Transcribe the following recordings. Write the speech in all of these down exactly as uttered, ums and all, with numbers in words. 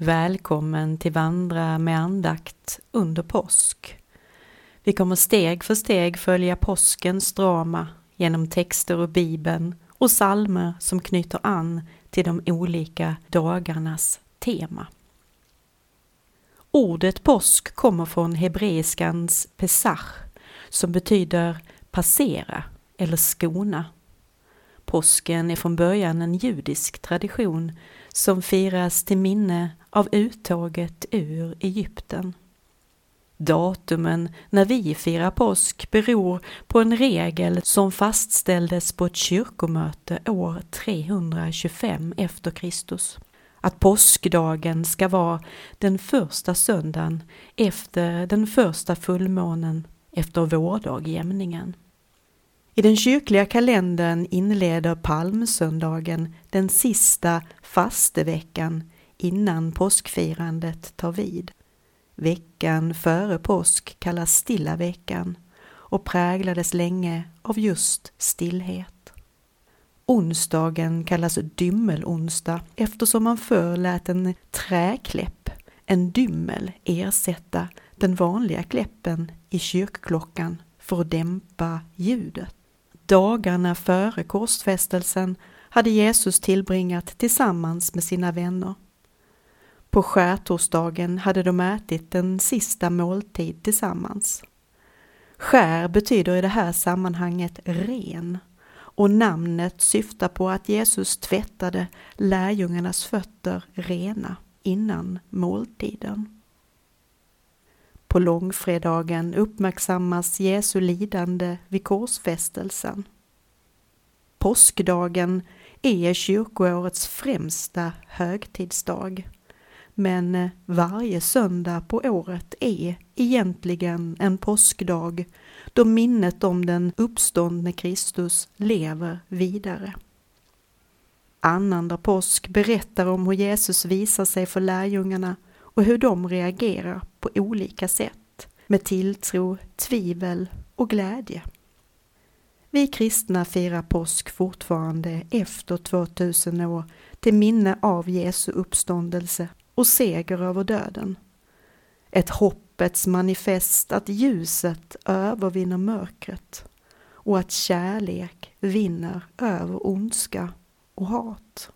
Välkommen till Vandra med andakt under påsk. Vi kommer steg för steg följa påskens drama genom texter ur Bibeln och psalmer som knyter an till de olika dagarnas tema. Ordet påsk kommer från hebreiskans pesach som betyder passera eller skona. Påsken är från början en judisk tradition som firas till minne av uttåget ur Egypten. Datumen när vi firar påsk beror på en regel som fastställdes på ett kyrkomöte år trehundratjugofem efter Kristus. Att påskdagen ska vara den första söndagen efter den första fullmånen efter vårdagjämningen. I den kyrkliga kalendern inleder palmsöndagen den sista fasteveckan innan påskfirandet tar vid. Veckan före påsk kallas stilla veckan och präglades länge av just stillhet. Onsdagen kallas dymmelonsdag eftersom man förr lät en träkläpp, en dymmel, ersätta den vanliga kläppen i kyrkklockan för att dämpa ljudet. Dagarna före korsfästelsen hade Jesus tillbringat tillsammans med sina vänner. På skärtorsdagen hade de ätit den sista måltid tillsammans. Skär betyder i det här sammanhanget ren, och namnet syftar på att Jesus tvättade lärjungarnas fötter rena innan måltiden. På långfredagen uppmärksammas Jesu lidande vid korsfästelsen. Påskdagen är kyrkoårets främsta högtidsdag, men varje söndag på året är egentligen en påskdag då minnet om den uppståndne Kristus lever vidare. Annandag påsk berättar om hur Jesus visar sig för lärjungarna och hur de reagerar på olika sätt, med tilltro, tvivel och glädje. Vi kristna firar påsk fortfarande efter tvåtusen år till minne av Jesu uppståndelse och seger över döden. Ett hoppets manifest att ljuset övervinner mörkret och att kärlek vinner över ondska och hat.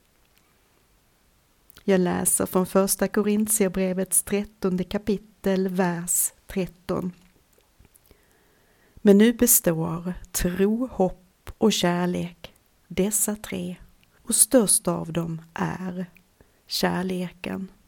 Jag läser från första Korintierbrevets trettonde kapitel, vers tretton. Men nu består tro, hopp och kärlek, dessa tre, och störst av dem är kärleken.